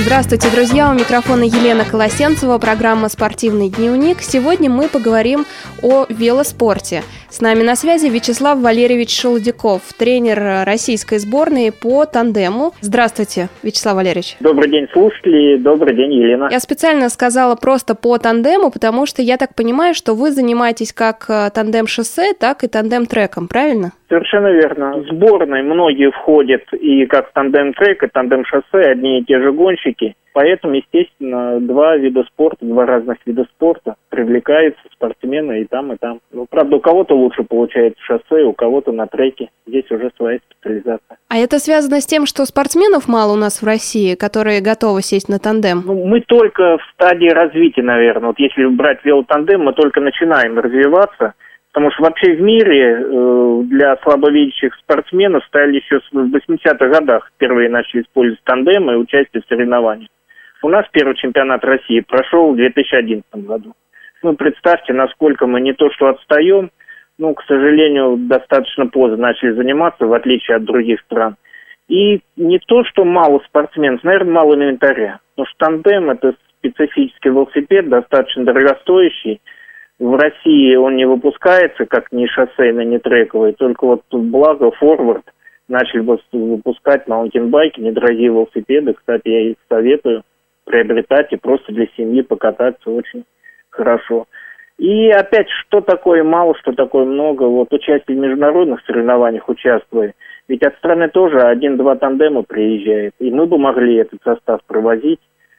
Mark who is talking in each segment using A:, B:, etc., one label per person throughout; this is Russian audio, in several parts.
A: Здравствуйте, друзья! У микрофона Елена Колосенцева, программа «Спортивный дневник». Сегодня мы поговорим о велоспорте. С нами на связи Вячеслав Валерьевич Шелудяков, тренер российской сборной по тандему. Здравствуйте, Вячеслав Валерьевич.
B: Добрый день, слушатели. Добрый день, Елена.
A: Я специально сказала просто по тандему, потому что я так понимаю, что вы занимаетесь как тандем-шоссе, так и тандем-треком, правильно?
B: Совершенно верно. В сборной многие входят и как в тандем-трек, и тандем-шоссе, одни и те же гонщики. Поэтому, естественно, два разных вида спорта привлекаются спортсмены и там, и там. Ну, правда, у кого-то лучше получается шоссе, у кого-то на треке. Здесь уже своя специализация.
A: А это связано с тем, что спортсменов мало у нас в России, которые готовы сесть на тандем?
B: Ну, мы только в стадии развития, наверное. Вот если брать велотандем, мы только начинаем развиваться. Потому что вообще в мире для слабовидящих спортсменов стали еще в 80-х годах впервые начали использовать тандемы и участие в соревнованиях. У нас первый чемпионат России прошел в 2011 году. Ну, представьте, насколько мы не то что отстаем, но, к сожалению, достаточно поздно начали заниматься, в отличие от других стран. И не то, что мало спортсменов, наверное, мало инвентаря. Потому что тандем – это специфический велосипед, достаточно дорогостоящий. В России он не выпускается, как ни шоссейный, ни трековый. Только вот благо форвард начали выпускать маунтинбайки, недорогие велосипеды. Кстати, я их советую приобретать и просто для семьи покататься очень хорошо. И опять, что такое мало, что такое много. Вот участие в международных соревнованиях участвуя. Ведь от страны тоже 1-2 тандема приезжает. И мы бы могли этот состав провозить,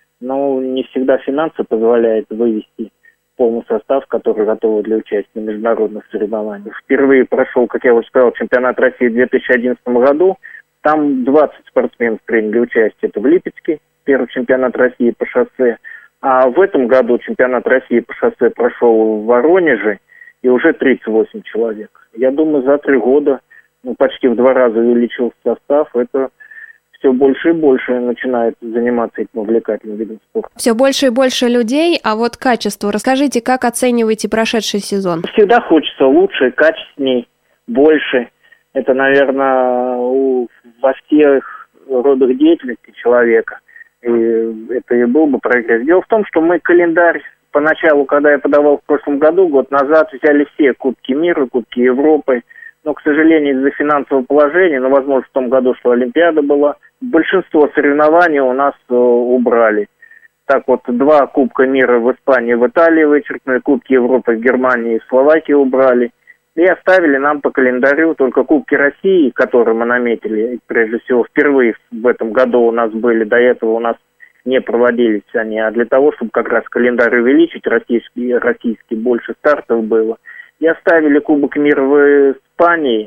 B: но не всегда финансы позволяют вывести полный состав, который готов для участия в международных соревнованиях. Впервые прошел, как я уже сказал, чемпионат России в 2011 году. Там 20 спортсменов приняли участие. Это в Липецке, первый чемпионат России по шоссе. А в этом году чемпионат России по шоссе прошел в Воронеже, и уже 38 человек. Я думаю, за 3 года почти в 2 раза увеличился состав. Это все больше и больше начинает заниматься этим увлекательным видом спорта.
A: Все больше и больше людей, а вот качество. Расскажите, как оцениваете прошедший сезон?
B: Всегда хочется лучше, качественней, больше. Это, наверное, во всех родах деятельности человека. И это и был бы прогресс. Дело в том, что мы календарь поначалу, когда я подавал в прошлом году, год назад, взяли все Кубки мира, Кубки Европы. Но, к сожалению, из-за финансового положения, возможно, в том году, что Олимпиада была, большинство соревнований у нас убрали. Так вот, 2 Кубка мира в Испании, в Италии вычеркнули, Кубки Европы в Германии и Словакии убрали. И оставили нам по календарю только Кубки России, которые мы наметили, прежде всего, впервые в этом году у нас были, до этого у нас не проводились они, а для того, чтобы как раз календарь увеличить, российский больше стартов было. И оставили Кубок мира в Испании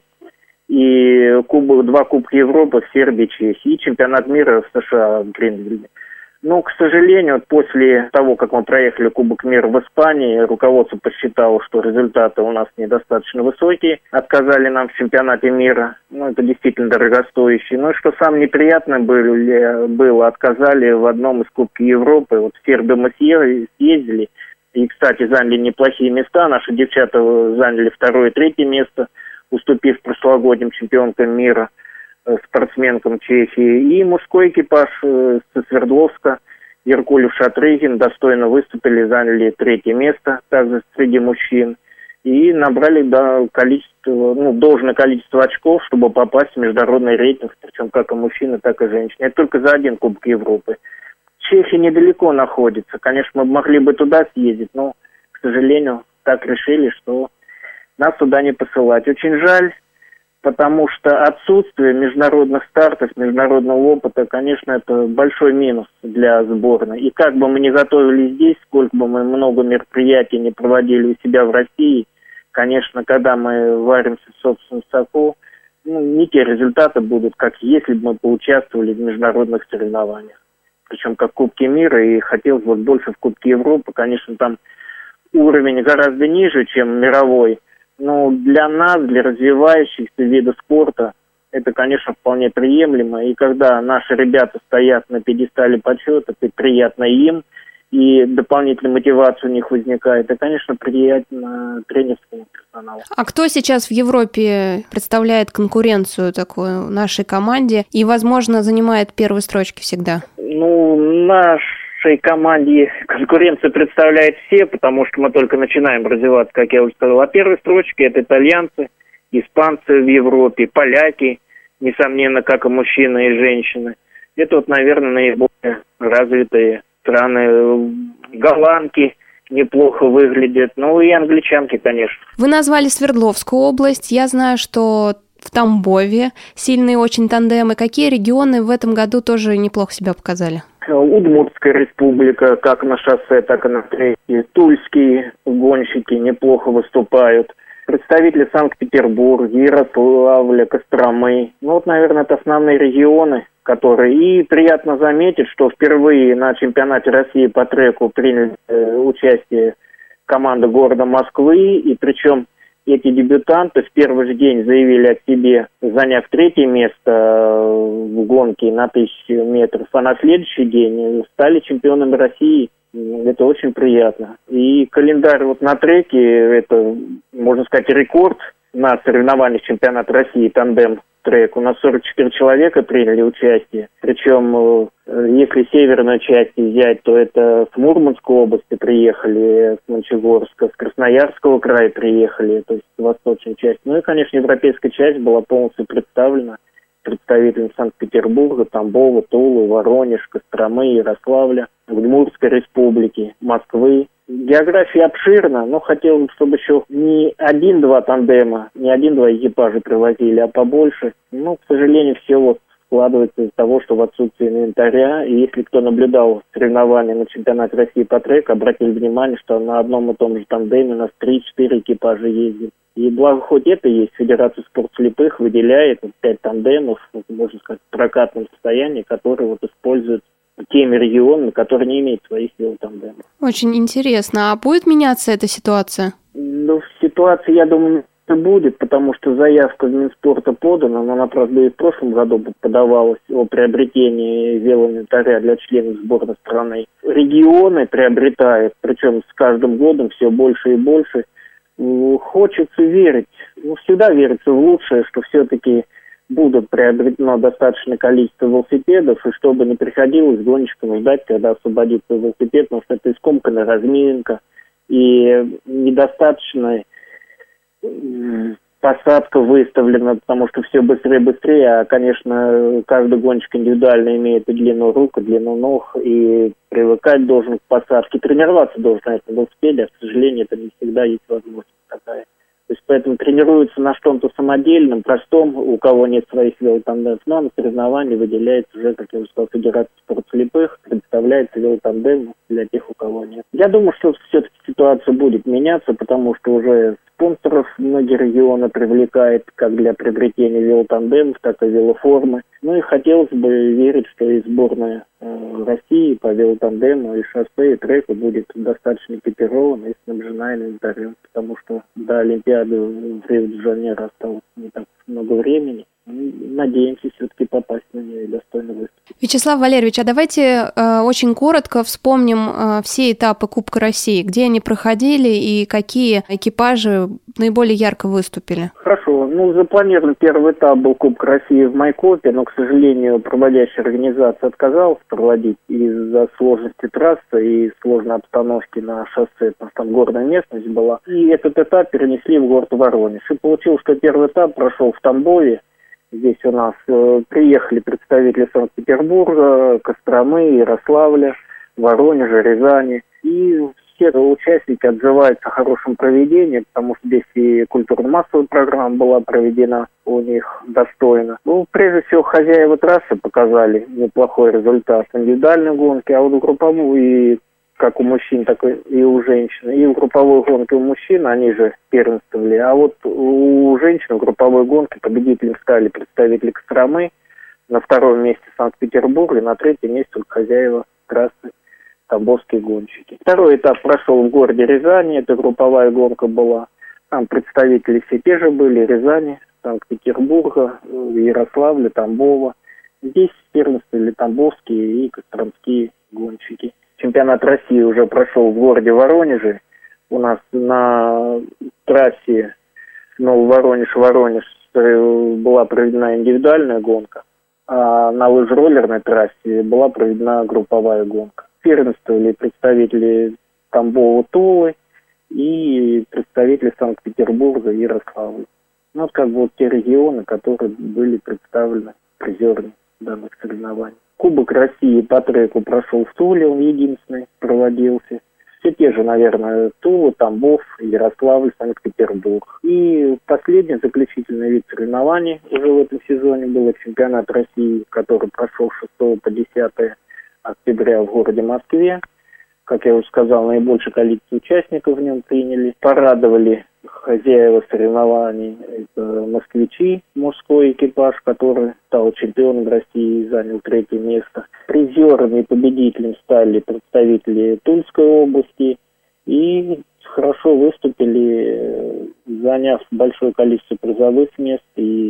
B: и 2 Кубка Европы в Сербии, Чехии и чемпионат мира в США в Гринвилле. Но, к сожалению, после того, как мы проехали Кубок мира в Испании, руководство посчитало, что результаты у нас недостаточно высокие, отказали нам в чемпионате мира. Это действительно дорогостоящий. Но что самое неприятное было, отказали в одном из Кубков Европы. Вот в Сербию мы съездили. И, кстати, заняли неплохие места. Наши девчата заняли 2-е и 3-е место, уступив прошлогодним чемпионкам мира, спортсменкам Чехии. И мужской экипаж со Свердловска, Еркулев, Шатрыгин, достойно выступили, заняли 3-е место, также среди мужчин. И набрали должное количество очков, чтобы попасть в международный рейтинг, причем как и мужчины, так и женщины. Это только за 1 Кубок Европы. Чехия недалеко находится. Конечно, мы могли бы туда съездить, но, к сожалению, так решили, что нас туда не посылать. Очень жаль, потому что отсутствие международных стартов, международного опыта, конечно, это большой минус для сборной. И как бы мы ни готовились здесь, сколько бы мы много мероприятий не проводили у себя в России, конечно, когда мы варимся в собственном соку, не те результаты будут, как если бы мы поучаствовали в международных соревнованиях. Причем как Кубки мира, и хотелось бы больше в Кубке Европы. Конечно, там уровень гораздо ниже, чем мировой. Но для нас, для развивающихся видов спорта, это, конечно, вполне приемлемо. И когда наши ребята стоят на пьедестале почета, это приятно им, и дополнительная мотивация у них возникает. И, конечно, приятно тренерскому персоналу.
A: А кто сейчас в Европе представляет конкуренцию такую нашей команде и, возможно, занимает первые строчки всегда?
B: Нашей команде конкуренцию представляют все, потому что мы только начинаем развиваться, как я уже сказал. А первые строчки – это итальянцы, испанцы в Европе, поляки, несомненно, как и мужчины и женщины. Это наверное, наиболее развитые страны. Голландки неплохо выглядят, и англичанки, конечно.
A: Вы назвали Свердловскую область. Я знаю, что в Тамбове сильные очень тандемы. Какие регионы в этом году тоже неплохо себя показали?
B: Удмуртская республика, как на шоссе, так и на треке. Тульские гонщики неплохо выступают. Представители Санкт-Петербурга, Ярославля, Костромы. Наверное, это основные регионы, которые... И приятно заметить, что впервые на чемпионате России по треку приняли участие команда города Москвы. И причем эти дебютанты в первый же день заявили о себе, заняв 3-е место в гонке на 1000 метров, а на следующий день стали чемпионами России. Это очень приятно. И календарь на треке, это, можно сказать, рекорд на соревнованиях чемпионата России тандем-трек. У нас 44 человека приняли участие. Причем, если северную часть взять, то это с Мурманской области приехали, с Мончегорска, с Красноярского края приехали, то есть с восточной части. И, конечно, европейская часть была полностью представлена представителям Санкт-Петербурга, Тамбова, Тулы, Воронеж, Костромы, Ярославля, Удмуртской республики, Москвы. География обширна, но хотелось бы, чтобы еще не 1-2 тандема, не 1-2 экипажа привозили, а побольше. К сожалению, все складывается из-за того, что в отсутствии инвентаря. И если кто наблюдал соревнования на чемпионате России по треку, обратили внимание, что на одном и том же тандеме у нас 3-4 экипажа ездит. И благо хоть это есть, Федерация спорта слепых выделяет 5 тандемов, можно сказать, в прокатном состоянии, которые используют теми регионами, которые не имеют своих велотандемов.
A: Очень интересно. А будет меняться эта ситуация?
B: Ситуация, я думаю, будет, потому что заявка в Минспорта подана, но она, правда, и в прошлом году подавалась о приобретении велоинвентаря для членов сборной страны. Регионы приобретают, причем с каждым годом все больше и больше. Хочется верить, всегда верится в лучшее, что все-таки будут приобретено достаточное количество велосипедов, и чтобы не приходилось гонщикам ждать, когда освободится велосипед, потому что это искомканная разминка и недостаточная посадка выставлена, потому что все быстрее и быстрее, а, конечно, каждый гонщик индивидуально имеет и длину рук, и длину ног, и привыкать должен к посадке, тренироваться должен на этом велосипеде, а, к сожалению, это не всегда есть возможность такая. То есть поэтому тренируются на что-то самодельном, простом, у кого нет своих велотандемов, но на соревновании выделяется уже, как я уже сказал, Федерация спорта слепых, предоставляется велотандем для тех, у кого нет. Я думаю, что все-таки ситуация будет меняться, потому что уже спонсоров многие регионы привлекает как для приобретения велотандемов, так и велоформы. И хотелось бы верить, что и сборная России по велотандему, и шоссе, и треку будет достаточно экипирована и снабжена инвентарем, потому что до Олимпиады в Рио-де-Жанейро осталось не так много времени. Надеемся все-таки попасть на нее и достойно выступить.
A: Вячеслав Валерьевич, а давайте очень коротко вспомним все этапы Кубка России, где они проходили и какие экипажи наиболее ярко выступили.
B: Хорошо. Запланирован первый этап был Кубок России в Майкопе, но, к сожалению, проводящая организация отказалась проводить из-за сложности трассы и сложной обстановки на шоссе, потому что там горная местность была. И этот этап перенесли в город Воронеж. И получилось, что первый этап прошел в Тамбове. Здесь у нас приехали представители Санкт-Петербурга, Костромы, Ярославля, Воронежа, Рязани. И все участники отзываются о хорошем проведении, потому что здесь и культурно-массовая программа была проведена у них достойно. Прежде всего, хозяева трассы показали неплохой результат в индивидуальной гонке, а вот групповую, как у мужчин, так и у женщин. И в групповой гонке у мужчин они же первенствовали. А вот у женщин в групповой гонке победителем стали представители Костромы, на втором месте Санкт-Петербург, и на третьем месте хозяева трассы тамбовские гонщики. Второй этап прошел в городе Рязани, это групповая гонка была. Там представители все те же были, Рязани, Санкт-Петербурга, Ярославля, Тамбова. Здесь первенствовали тамбовские и костромские гонщики. чемпионат России уже прошел в городе Воронеже. У нас на трассе Нововоронеж-Воронеж была проведена индивидуальная гонка, а на лыжероллерной трассе была проведена групповая гонка. Первенствовали представители Тамбова, Тулы и представители Санкт-Петербурга и Ярославля. Ну, вот те регионы, которые были представлены призерами данных соревнований. Кубок России по треку прошел в Туле, он единственный проводился. Все те же, наверное, Тула, Тамбов, Ярославль, Санкт-Петербург. И последний заключительный вид соревнований уже в этом сезоне был чемпионат России, который прошел с 6 по 10 октября в городе Москве. Как я уже сказал, наибольшее количество участников в нем приняли. Порадовали хозяева соревнований. Это москвичи, мужской экипаж, который стал чемпионом России и занял 3-е место. Призерами и победителем стали представители Тульской области и хорошо выступили, заняв большое количество призовых мест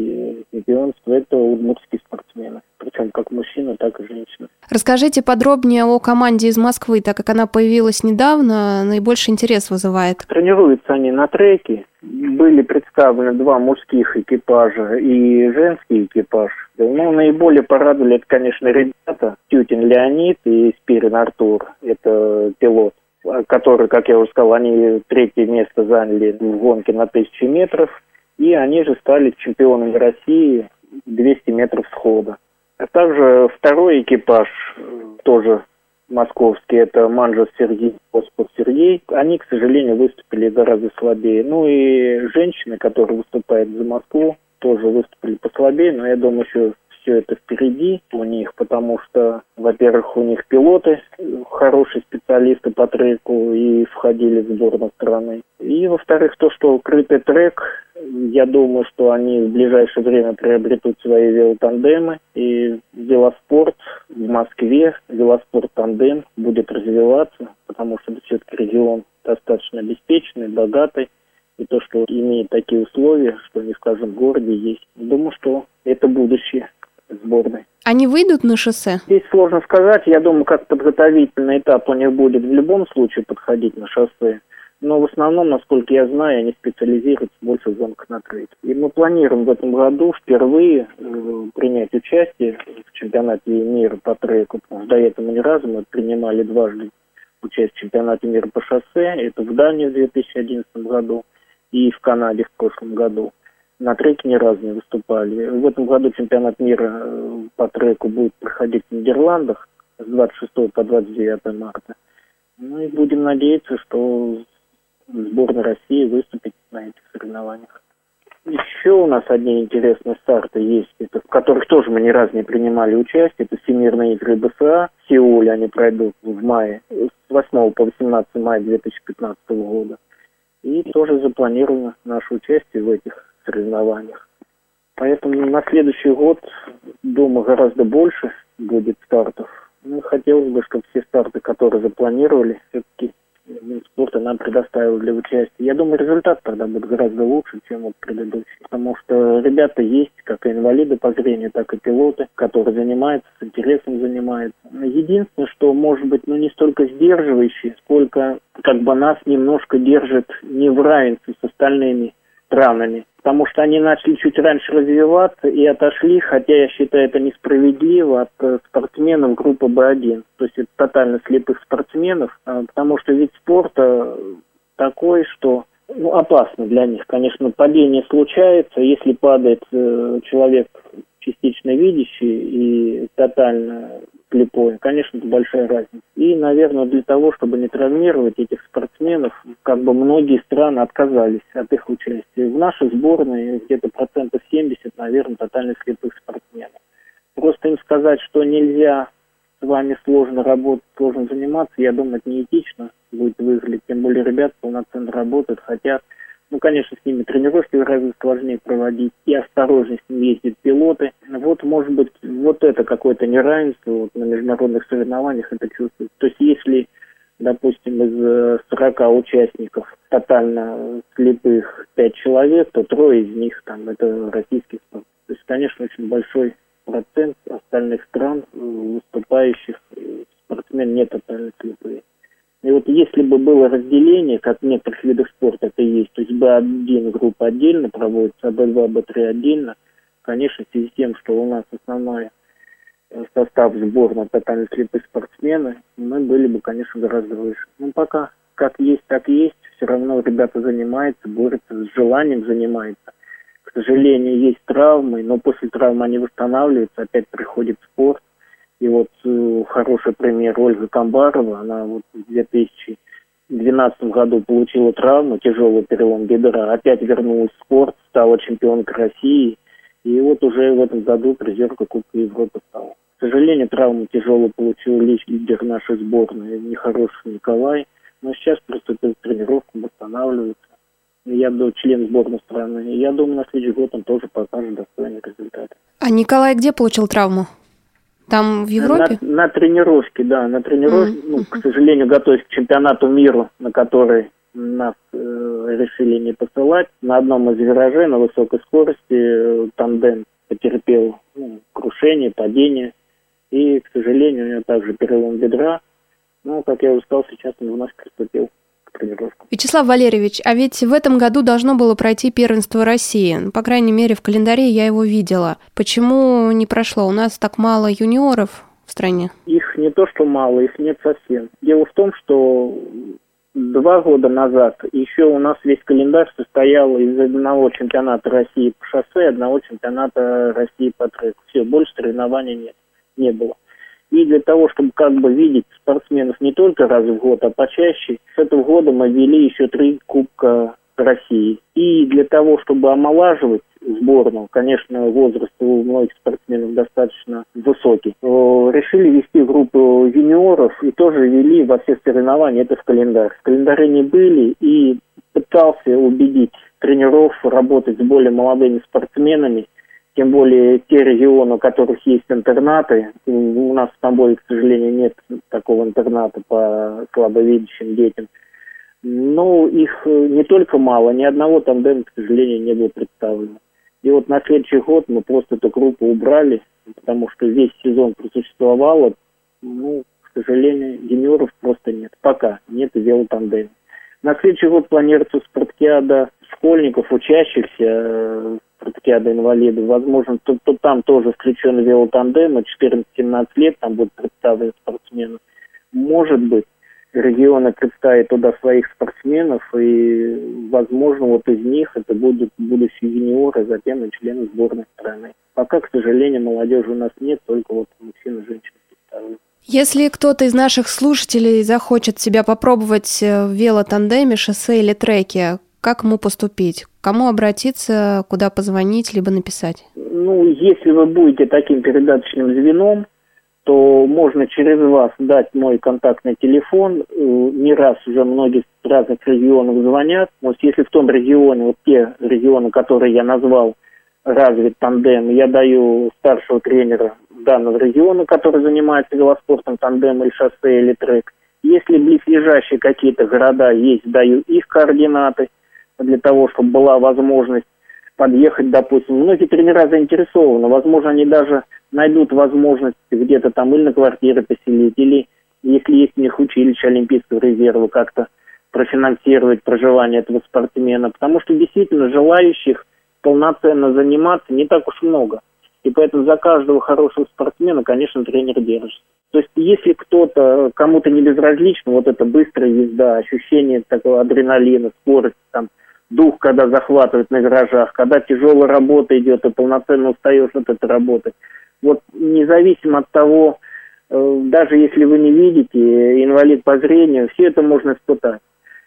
B: и чемпионство. Это удмуртские спортсмены, причем как мужчины, так и женщины.
A: Расскажите подробнее о команде из Москвы, так как она появилась недавно, наибольший интерес вызывает.
B: Тренируются они на треке. Были представлены 2 мужских экипажа и женский экипаж. Наиболее порадовали, это, конечно, ребята. Тютин Леонид и Спирин Артур. Это пилот, который, как я уже сказал, они 3-е место заняли в гонке на 1000 метров. И они же стали чемпионами России 200 метров схода. А также 2-й экипаж, тоже московский, это Манжес Сергей, Господь Сергей. Они, к сожалению, выступили гораздо слабее. Ну и женщины, которые выступают за Москву, тоже выступили послабее, но я думаю, еще все это впереди у них, потому что, во-первых, у них пилоты, хорошие специалисты по треку и входили в сборную страны. И, во-вторых, то, что крытый трек, я думаю, что они в ближайшее время приобретут свои велотандемы, и велоспорт в Москве, велоспорт-тандем будет развиваться, потому что это все-таки регион достаточно обеспеченный, богатый, и то, что имеет такие условия, что они в каждом городе есть. Думаю, что это будущее сборной.
A: Они выйдут на шоссе?
B: Здесь сложно сказать. Я думаю, как подготовительный этап у них будет в любом случае подходить на шоссе. Но в основном, насколько я знаю, они специализируются больше в гонках на треке. И мы планируем в этом году впервые принять участие в чемпионате мира по треку. Потому что до этого ни разу мы принимали дважды участие в чемпионате мира по шоссе. Это в Дании в 2011 году и в Канаде в прошлом году. На треке ни разу не выступали. В этом году чемпионат мира по треку будет проходить в Нидерландах с 26 по 29 марта. Ну и будем надеяться, что сборная России выступит на этих соревнованиях. Еще у нас одни интересные старты есть, в которых тоже мы ни разу не принимали участие. Это Всемирные игры БСА. В Сеуле они пройдут в мае, с 8 по 18 мая 2015 года. И тоже запланировано наше участие в этих соревнованиях. Поэтому на следующий год, думаю, гораздо больше будет стартов. Ну, хотелось бы, чтобы все старты, которые запланировали, все-таки спорта нам предоставил для участия. Я думаю, результат тогда будет гораздо лучше, чем вот предыдущий. Потому что ребята есть, как и инвалиды по зрению, так и пилоты, которые занимаются, с интересом занимаются. Единственное, что может быть, не столько сдерживающее, сколько нас немножко держит не в равенстве с остальными странами. Потому что они начали чуть раньше развиваться и отошли, хотя я считаю это несправедливо, от спортсменов группы Б1. То есть это тотально слепых спортсменов, потому что вид спорта такой, что опасно для них. Конечно, падение случается, если падает человек частично видящий и тотально слепой, конечно, это большая разница. И, наверное, для того, чтобы не травмировать этих спортсменов, многие страны отказались от их участия. В нашей сборной где-то 70%, наверное, тотально слепых спортсменов. Просто им сказать, что нельзя, с вами сложно работать, сложно заниматься, я думаю, это неэтично будет выглядеть. Тем более ребята полноценно работают, хотят. Конечно, с ними тренировки гораздо сложнее проводить, и осторожнее с ними ездят пилоты. Может быть, это какое-то неравенство на международных соревнованиях это чувствуется. То есть, если, допустим, из 40 участников тотально слепых 5 человек, то 3 из них это российские спортсмены. То есть, конечно, очень большой процент остальных стран выступающих спортсменов спортсмены не тотально слепые. И вот если бы было разделение, как в некоторых видах спорта это есть, то есть Б1 группа отдельно проводится, а Б2, Б3 отдельно, конечно, в связи с тем, что у нас основной состав сборной тотально слепые спортсмены, мы были бы, конечно, гораздо выше. Но пока как есть, так есть. Все равно ребята занимаются, борются, с желанием занимаются. К сожалению, есть травмы, но после травмы они восстанавливаются, опять приходит спорт. И вот хороший пример Ольга Камбарова, она вот в 2012 году получила травму, тяжелый перелом бедра, опять вернулась в спорт, стала чемпионкой России. И вот уже в этом году призерка Кубка Европы стала. К сожалению, травму тяжело получил лидер нашей сборной, нехороший Николай. Но сейчас приступил к тренировкам, восстанавливается. Я член сборной страны. И я думаю, на следующий год он тоже покажет достойный результат.
A: А Николай где получил травму? Там в Европе?
B: На тренировке, да. На тренировке, к сожалению, готовясь к чемпионату мира, на который нас решили не посылать. На одном из виражей на высокой скорости тандем потерпел крушение, падение. И, к сожалению, у него также перелом бедра. Ну, как я уже сказал, сейчас он вновь приступил к тренировкам.
A: Вячеслав Валерьевич, а ведь в этом году должно было пройти первенство России. По крайней мере, в календаре я его видела. Почему не прошло? У нас так мало юниоров в стране.
B: Их не то, что мало, их нет совсем. Дело в том, что 2 года назад еще у нас весь календарь состоял из одного чемпионата России по шоссе и одного чемпионата России по треку. Все, больше соревнований не было. И для того, чтобы видеть спортсменов не только раз в год, а почаще, с этого года мы ввели еще 3 Кубка России. И для того, чтобы омолаживать сборную, конечно, возраст у многих спортсменов достаточно высокий, решили вести группу юниоров и тоже ввели во все соревнования это в календарь. В календаре не были и пытался убедить тренеров работать с более молодыми спортсменами. Тем более те регионы, у которых есть интернаты, у нас в Тамбове, к сожалению, нет такого интерната по слабовидящим детям. Но их не только мало, ни одного тандема, к сожалению, не было представлено. И вот на следующий год мы просто эту группу убрали, потому что весь сезон просуществовало, к сожалению, юниоров просто нет. Пока нет велотандема. На следующий год планируется спартакиада школьников, учащихся, спартакиада инвалидов. Возможно, то там тоже включен велотандем, 14-17 лет там будут представлены спортсмены. Может быть, регионы представят туда своих спортсменов, и, возможно, вот из них это будут будущие юниоры, затем и члены сборной страны. Пока, к сожалению, молодежи у нас нет, только вот мужчин и женщин представлены.
A: Если кто-то из наших слушателей захочет себя попробовать в велотандеме, шоссе или треке, как ему поступить? К кому обратиться, куда позвонить, либо написать?
B: Если вы будете таким передаточным звеном, то можно через вас дать мой контактный телефон. Не раз уже многие с разных регионов звонят. Если в том регионе, вот те регионы, которые я назвал, развит тандем, я даю старшего тренера данного региона, который занимается велоспортом, тандем или шоссе или трек. Если близлежащие какие-то города есть, даю их координаты для того, чтобы была возможность подъехать, допустим. Многие тренера заинтересованы, возможно, они даже найдут возможность где-то там или на квартиры поселить, или, если есть у них училище Олимпийского резерва, как-то профинансировать проживание этого спортсмена, потому что действительно желающих полноценно заниматься не так уж много. И поэтому за каждого хорошего спортсмена, конечно, тренер держит. То есть, если кому-то не безразлично, вот эта быстрая езда, ощущение такого адреналина, скорости, там, дух, когда захватывает на виражах, когда тяжелая работа идет, и полноценно устаешь от этой работы. Вот независимо от того, даже если вы не видите, инвалид по зрению, все это можно испытать.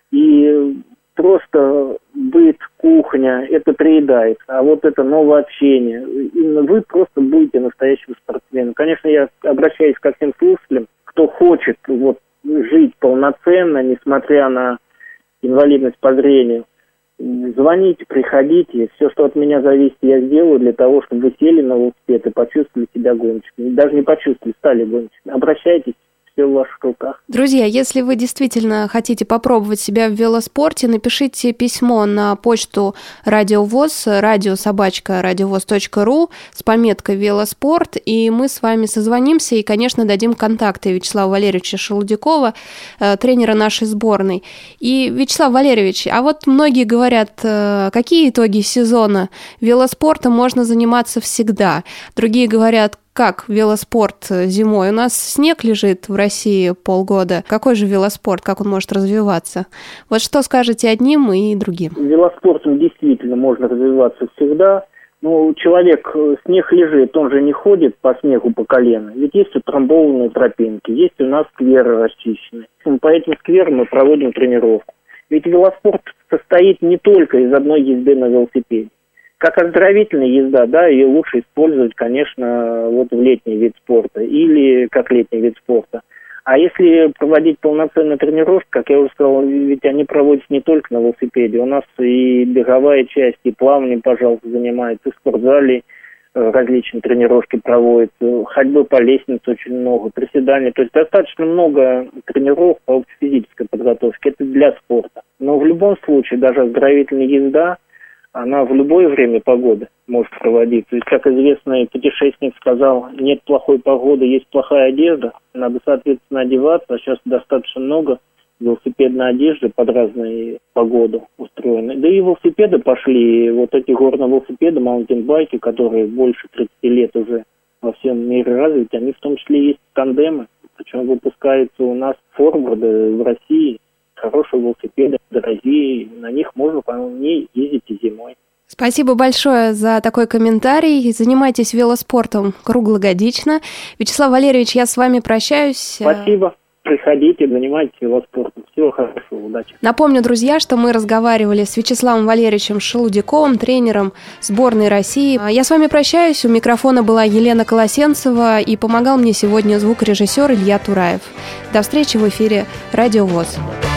B: И просто быт, кухня, это приедается. А вот это новое общение, именно вы просто будете настоящим спортсменом. Конечно, я обращаюсь ко всем слушателям, кто хочет жить полноценно, несмотря на инвалидность по зрению. Звоните, приходите. Все, что от меня зависит, я сделаю для того, чтобы вы сели на велосипед и почувствовали себя гонщиком. Даже не почувствовали, стали гонщиками. Обращайтесь, все в ваших руках.
A: Друзья, если вы действительно хотите попробовать себя в велоспорте, напишите письмо на почту Радиовоз, radio@radiovoz.ru с пометкой «Велоспорт», и мы с вами созвонимся и, конечно, дадим контакты Вячеслава Валерьевича Шелудякова, тренера нашей сборной. И, Вячеслав Валерьевич, а вот многие говорят, какие итоги сезона? Велоспортом можно заниматься всегда. Другие говорят, как велоспорт зимой? У нас снег лежит в России полгода. Какой же велоспорт? Как он может развиваться? Вот что скажете одним и другим?
B: Велоспортом действительно можно развиваться всегда. Но человек, снег лежит, он же не ходит по снегу по колено. Ведь есть утрамбованные тропинки, есть у нас скверы расчищенные. По этим скверам мы проводим тренировку. Ведь велоспорт состоит не только из одной езды на велосипеде. Как оздоровительная езда, да, ее лучше использовать, конечно, вот в летний вид спорта или как летний вид спорта. А если проводить полноценную тренировку, как я уже сказал, ведь они проводятся не только на велосипеде. У нас и беговая часть, и плавание, пожалуйста, занимается, и в спортзале различные тренировки проводятся, ходьбы по лестнице очень много, приседания. То есть достаточно много тренировок по физической подготовке. Это для спорта. Но в любом случае, даже оздоровительная езда, она в любое время погоды может проводиться. То есть, как известный путешественник сказал, нет плохой погоды, есть плохая одежда. Надо, соответственно, одеваться. А сейчас достаточно много велосипедной одежды под разную погоду устроены. Да и велосипеды пошли, вот эти горные велосипеды, маунтинбайки, которые больше 30 лет уже во всем мире развиты, они в том числе есть тандемы. Причем выпускаются у нас форварды в России. Хорошие велосипеды, дорогие, на них можно вполне ездить и зимой.
A: Спасибо большое за такой комментарий. Занимайтесь велоспортом круглогодично. Вячеслав Валерьевич, я с вами прощаюсь.
B: Спасибо. Приходите, занимайтесь велоспортом. Всего хорошего, удачи.
A: Напомню, друзья, что мы разговаривали с Вячеславом Валерьевичем Шелудяковым, тренером сборной России. Я с вами прощаюсь. У микрофона была Елена Колосенцева, и помогал мне сегодня звукорежиссер Илья Тураев. До встречи в эфире «Радио ВОС».